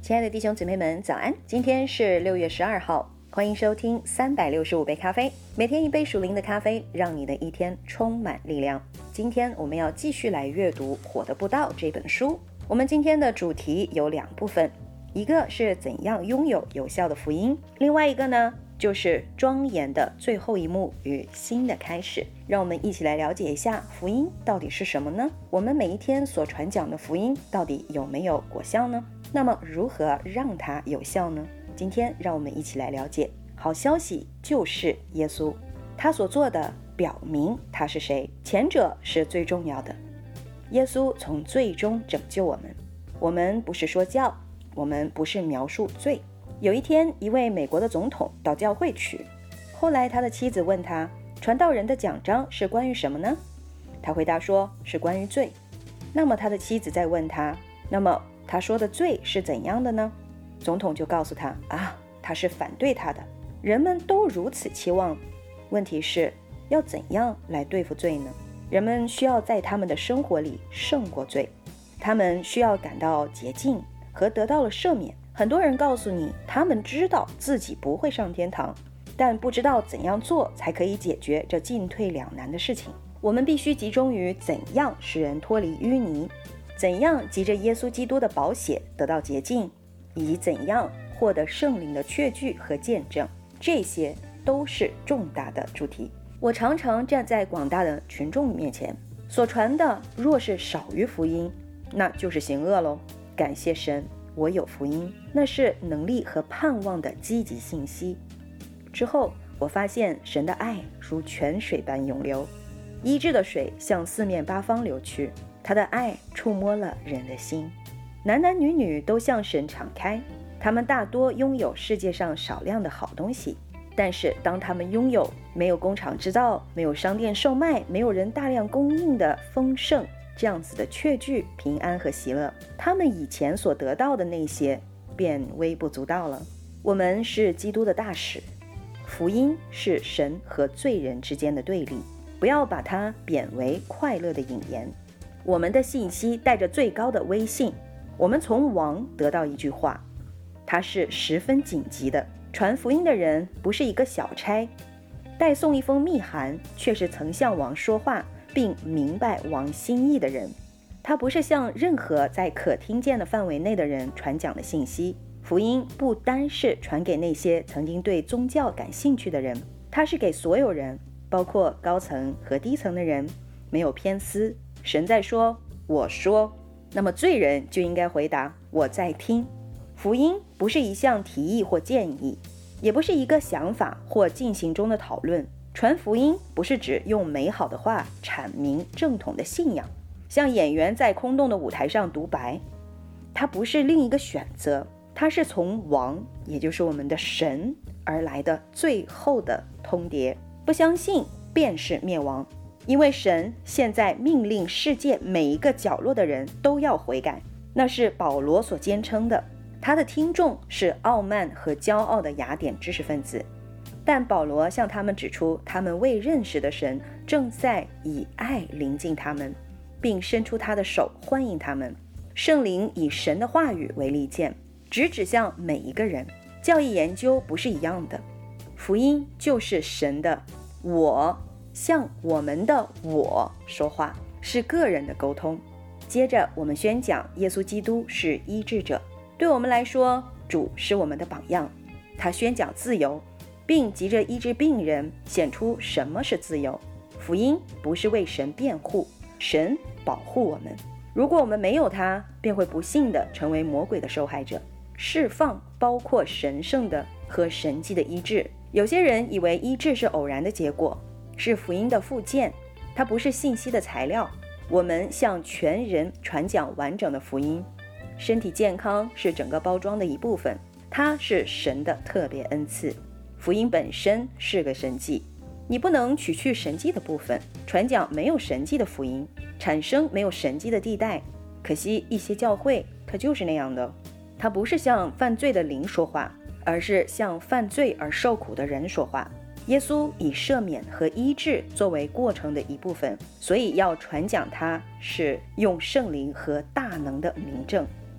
亲爱的弟兄姊妹们，早安！今天是6月12号，欢迎收听365杯咖啡，每天一杯属灵的咖啡，让你的一天充满力量。今天我们要继续来阅读《火的布道》这本书。我们今天的主题有2部分，一个是怎样拥有有效的福音，另外一个呢，就是庄严的最后一幕与新的开始。让我们一起来了解一下福音到底是什么呢？我们每一天所传讲的福音到底有没有果效呢？那么如何让它有效呢？今天让我们一起来了解。好消息就是耶稣，他所做的表明他是谁，前者是最重要的。耶稣从罪中拯救我们，我们不是说教，我们不是描述罪。有一天，一位美国的总统到教会去，后来他的妻子问他，传道人的讲章是关于什么呢？他回答说，是关于罪。那么他的妻子再问他，那么他说的罪是怎样的呢？总统就告诉他，他是反对他的。人们都如此期望，问题是要怎样来对付罪呢？人们需要在他们的生活里胜过罪，他们需要感到洁净和得到了赦免。很多人告诉你，他们知道自己不会上天堂，但不知道怎样做才可以解决这进退两难的事情。我们必须集中于怎样使人脱离淤泥，怎样藉着耶稣基督的宝血得到洁净，以及怎样获得圣灵的确据和见证，这些都是重大的主题。我常常站在广大的群众面前，所传的若是少于福音，那就是行恶咯。感谢神，我有福音，那是能力和盼望的积极信息。之后我发现神的爱如泉水般涌流，医治的水向四面八方流去，他的爱触摸了人的心。男男女女都向神敞开，他们大多拥有世界上少量的好东西，但是当他们拥有没有工厂制造、没有商店售卖、没有人大量供应的丰盛这样子的确据、平安和喜乐，他们以前所得到的那些便微不足道了。我们是基督的大使，福音是神和罪人之间的对立，不要把它贬为快乐的引言。我们的信息带着最高的威信，我们从王得到一句话，它是十分紧急的。传福音的人不是一个小差，带送一封密函，却是曾向王说话并明白王心意的人。他不是向任何在可听见的范围内的人传讲的信息。福音不单是传给那些曾经对宗教感兴趣的人，它是给所有人，包括高层和低层的人，没有偏私。神在说，我说，那么罪人就应该回答，我在听。福音不是一项提议或建议，也不是一个想法或进行中的讨论。传福音不是指用美好的话阐明正统的信仰，像演员在空洞的舞台上独白。它不是另一个选择，它是从王，也就是我们的神而来的最后的通牒。不相信便是灭亡，因为神现在命令世界每一个角落的人都要悔改。那是保罗所坚称的，他的听众是傲慢和骄傲的雅典知识分子，但保罗向他们指出，他们未认识的神正在以爱临近他们，并伸出他的手欢迎他们。圣灵以神的话语为利剑，只指向每一个人。教义研究不是一样的，福音就是神的我向我们的我说话，是个人的沟通。接着我们宣讲耶稣基督是医治者，对我们来说，主是我们的榜样。他宣讲自由，并急着医治病人，显出什么是自由。福音不是为神辩护，神保护我们。如果我们没有他，便会不幸地成为魔鬼的受害者。释放包括神圣的和神迹的医治。有些人以为医治是偶然的结果，是福音的附件，它不是信息的材料。我们向全人传讲完整的福音。身体健康是整个包装的一部分，它是神的特别恩赐。福音本身是个神迹，你不能取去神迹的部分，传讲没有神迹的福音，产生没有神迹的地带。可惜一些教会它就是那样的，它不是向犯罪的灵说话，而是向犯罪而受苦的人说话。耶稣以赦免和医治作为过程的一部分，所以要传讲它是用圣灵和大能的明证。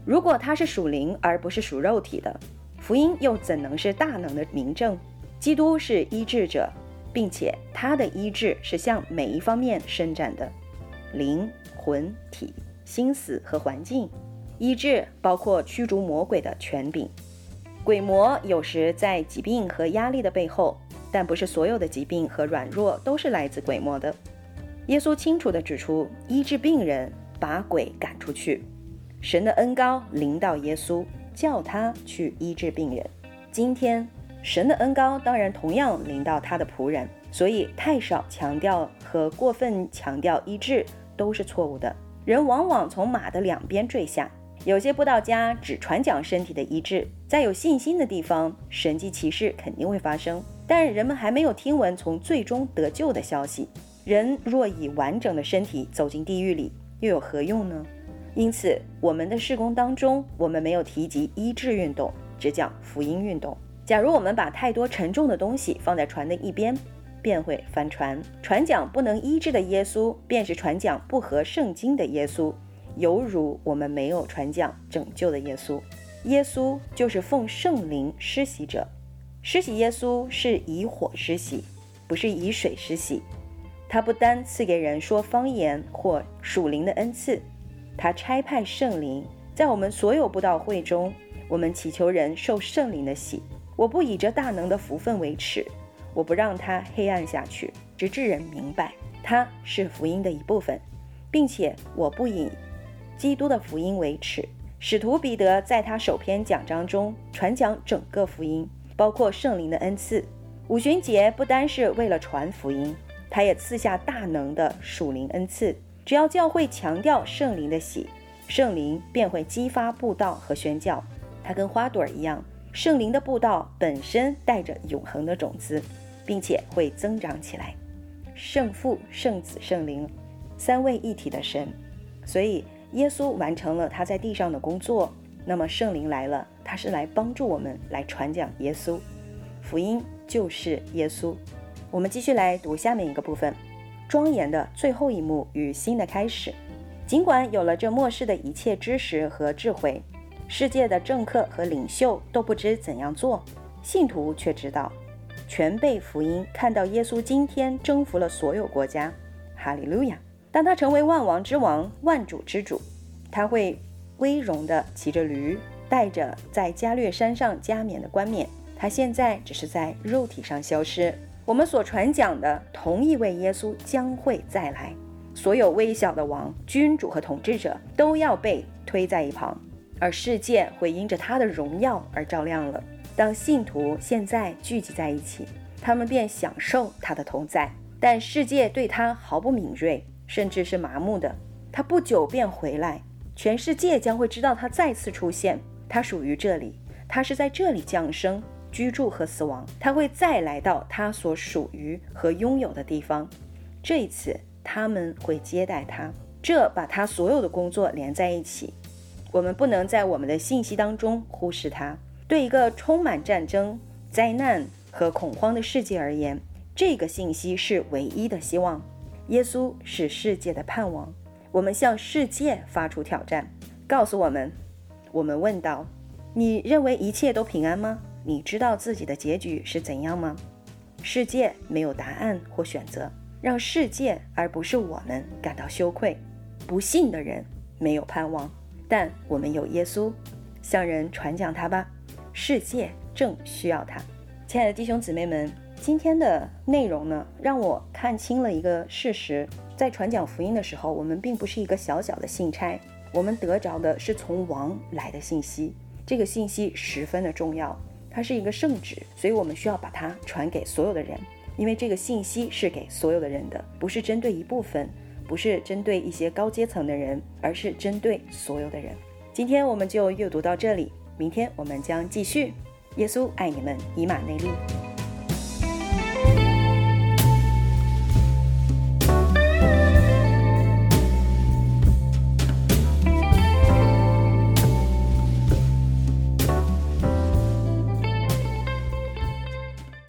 如果它是属灵而不是属肉体的，福音又怎能是大能的明证？基督是医治者，并且他的医治是向每一方面伸展的，灵、魂、体、心思和环境。医治包括驱逐魔鬼的权柄。鬼魔有时在疾病和压力的背后，但不是所有的疾病和软弱都是来自鬼魔的。耶稣清楚地指出，医治病人，把鬼赶出去。神的恩膏临到耶稣，叫他去医治病人。今天神的恩膏当然同样临到他的仆人，所以太少强调和过分强调医治都是错误的。人往往从马的两边坠下，有些布道家只传讲身体的医治，在有信心的地方，神迹奇事肯定会发生，但人们还没有听闻从最终得救的消息。人若以完整的身体走进地狱里，又有何用呢？因此我们的事工当中，我们没有提及医治运动，只讲福音运动。假如我们把太多沉重的东西放在船的一边，便会翻船。传讲不能医治的耶稣，便是传讲不合圣经的耶稣，犹如我们没有传讲拯救的耶稣。耶稣就是奉圣灵施洗者，施洗耶稣是以火施洗，不是以水施洗。他不单赐给人说方言或属灵的恩赐，他差派圣灵在我们所有布道会中，我们祈求人受圣灵的洗。我不以这大能的福分为耻，我不让他黑暗下去，直至人明白他是福音的一部分，并且我不以基督的福音为耻。使徒彼得在他首篇讲章中传讲整个福音，包括圣灵的恩赐。五旬节不单是为了传福音，他也赐下大能的属灵恩赐。只要教会强调圣灵的喜，圣灵便会激发布道和宣教。它跟花朵一样，圣灵的布道本身带着永恒的种子，并且会增长起来。圣父、圣子、圣灵，三位一体的神。所以耶稣完成了他在地上的工作，那么圣灵来了，他是来帮助我们来传讲耶稣。福音就是耶稣。我们继续来读下面一个部分，庄严的最后一幕与新的开始。尽管有了这末世的一切知识和智慧，世界的政客和领袖都不知怎样做，信徒却知道，全被福音看到耶稣今天征服了所有国家。哈利路亚！当他成为万王之王、万主之主，他会威荣地骑着驴，带着在加略山上加冕的冠冕。他现在只是在肉体上消失。我们所传讲的同一位耶稣将会再来，所有微小的王、君主和统治者都要被推在一旁，而世界会因着他的荣耀而照亮了。当信徒现在聚集在一起，他们便享受他的同在，但世界对他毫不敏锐，甚至是麻木的。他不久便回来，全世界将会知道他再次出现。他属于这里，他是在这里降生、居住和死亡，他会再来到他所属于和拥有的地方。这一次他们会接待他，这把他所有的工作连在一起。我们不能在我们的信息当中忽视他。对一个充满战争、灾难和恐慌的世界而言，这个信息是唯一的希望。耶稣是世界的盼望。我们向世界发出挑战，告诉我们，我们问道，你认为一切都平安吗？你知道自己的结局是怎样吗？世界没有答案或选择，让世界而不是我们感到羞愧。不信的人没有盼望，但我们有耶稣，向人传讲他吧，世界正需要他。亲爱的弟兄姊妹们，今天的内容呢，让我看清了一个事实，在传讲福音的时候，我们并不是一个小小的信差，我们得着的是从王来的信息。这个信息十分的重要，它是一个圣旨，所以我们需要把它传给所有的人，因为这个信息是给所有的人的，不是针对一部分，不是针对一些高阶层的人，而是针对所有的人。今天我们就阅读到这里，明天我们将继续。耶稣爱你们，以马内利。